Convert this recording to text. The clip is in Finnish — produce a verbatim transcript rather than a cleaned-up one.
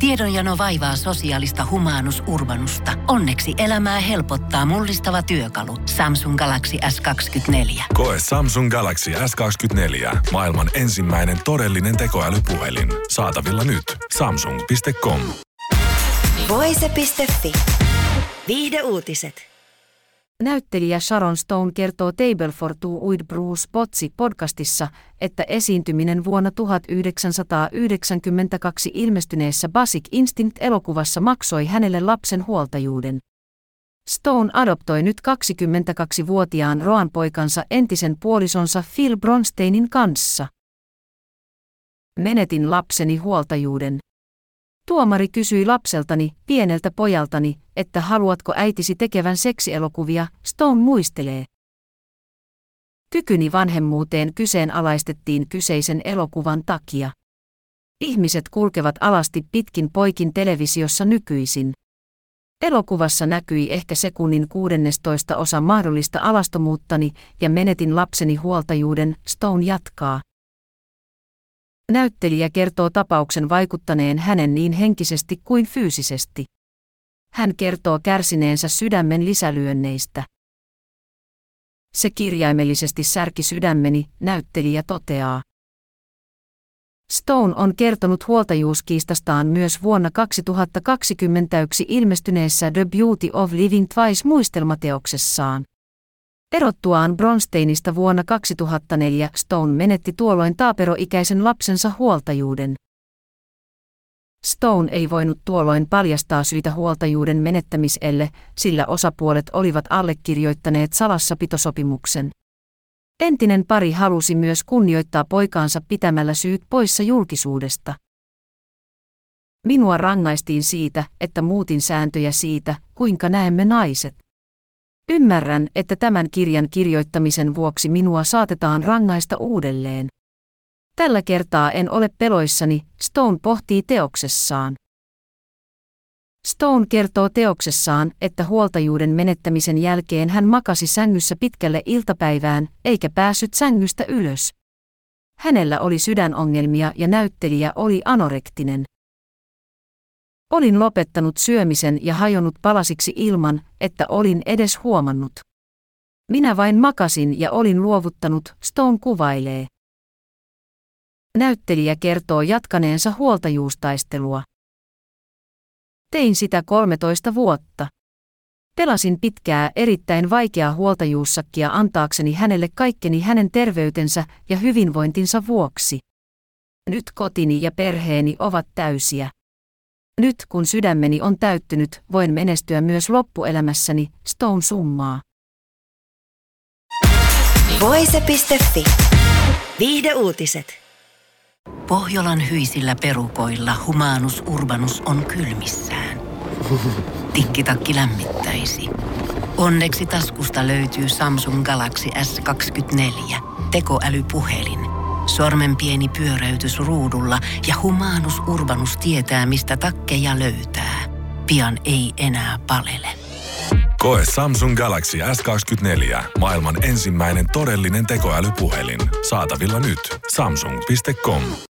Tiedonjano vaivaa sosiaalista humanus urbanusta. Onneksi elämää helpottaa mullistava työkalu. Samsung Galaxy S kaksikymmentäneljä. Koe Samsung Galaxy S kaksikymmentäneljä. Maailman ensimmäinen todellinen tekoälypuhelin. Saatavilla nyt. samsung piste com. Voise piste fi. Viihdeuutiset. Näyttelijä Sharon Stone kertoo Table for Two with Bruce Bocci podcastissa, että esiintyminen vuonna tuhatyhdeksänsataayhdeksänkymmentäkaksi ilmestyneessä Basic Instinct-elokuvassa maksoi hänelle lapsen huoltajuuden. Stone adoptoi nyt kaksikymmentäkaksivuotiaan Roan poikansa entisen puolisonsa Phil Bronsteinin kanssa. Menetin lapseni huoltajuuden. Tuomari kysyi lapseltani, pieneltä pojaltani, että haluatko äitisi tekevän seksielokuvia, Stone muistelee. Kykyni vanhemmuuteen kyseenalaistettiin kyseisen elokuvan takia. Ihmiset kulkevat alasti pitkin poikin televisiossa nykyisin. Elokuvassa näkyi ehkä sekunnin kuudennestoista osa mahdollista alastomuuttani ja menetin lapseni huoltajuuden, Stone jatkaa. Näyttelijä kertoo tapauksen vaikuttaneen hänen niin henkisesti kuin fyysisesti. Hän kertoo kärsineensä sydämen lisälyönneistä. Se kirjaimellisesti särki sydämeni, näyttelijä toteaa. Stone on kertonut huoltajuuskiistastaan myös vuonna kaksituhattakaksikymmentäyksi ilmestyneessä The Beauty of Living Twice -muistelmateoksessaan. Erottuaan Bronsteinista vuonna kaksituhattaneljä Stone menetti tuolloin taaperoikäisen lapsensa huoltajuuden. Stone ei voinut tuolloin paljastaa syitä huoltajuuden menettämiselle, sillä osapuolet olivat allekirjoittaneet salassapitosopimuksen. Entinen pari halusi myös kunnioittaa poikaansa pitämällä syyt poissa julkisuudesta. Minua rangaistiin siitä, että muutin sääntöjä siitä, kuinka näemme naiset. Ymmärrän, että tämän kirjan kirjoittamisen vuoksi minua saatetaan rangaista uudelleen. Tällä kertaa en ole peloissani, Stone pohtii teoksessaan. Stone kertoo teoksessaan, että huoltajuuden menettämisen jälkeen hän makasi sängyssä pitkälle iltapäivään, eikä päässyt sängystä ylös. Hänellä oli sydänongelmia ja näyttelijä oli anorektinen. Olin lopettanut syömisen ja hajonnut palasiksi ilman, että olin edes huomannut. Minä vain makasin ja olin luovuttanut, Stone kuvailee. Näyttelijä kertoo jatkaneensa huoltajuustaistelua. Tein sitä kolmetoista vuotta. Pelasin pitkää erittäin vaikeaa huoltajuussakkia antaakseni hänelle kaikkeni hänen terveytensä ja hyvinvointinsa vuoksi. Nyt kotini ja perheeni ovat täysiä. Nyt kun sydämeni on täyttynyt, voin menestyä myös loppuelämässäni, Stone summaa. Voise piste fi. Viihdeuutiset. Pohjolan hyisillä perukoilla humanus urbanus on kylmissään. Tikkitakki lämmittäisi. Onneksi taskusta löytyy Samsung Galaxy S kaksikymmentäneljä, tekoälypuhelin. Sormen pieni pyöräytys ruudulla ja humanus urbanus tietää, mistä takkeja löytää. Pian ei enää palele. Koe Samsung Galaxy S kaksikymmentäneljä. Maailman ensimmäinen todellinen tekoälypuhelin. Saatavilla nyt. samsung piste com.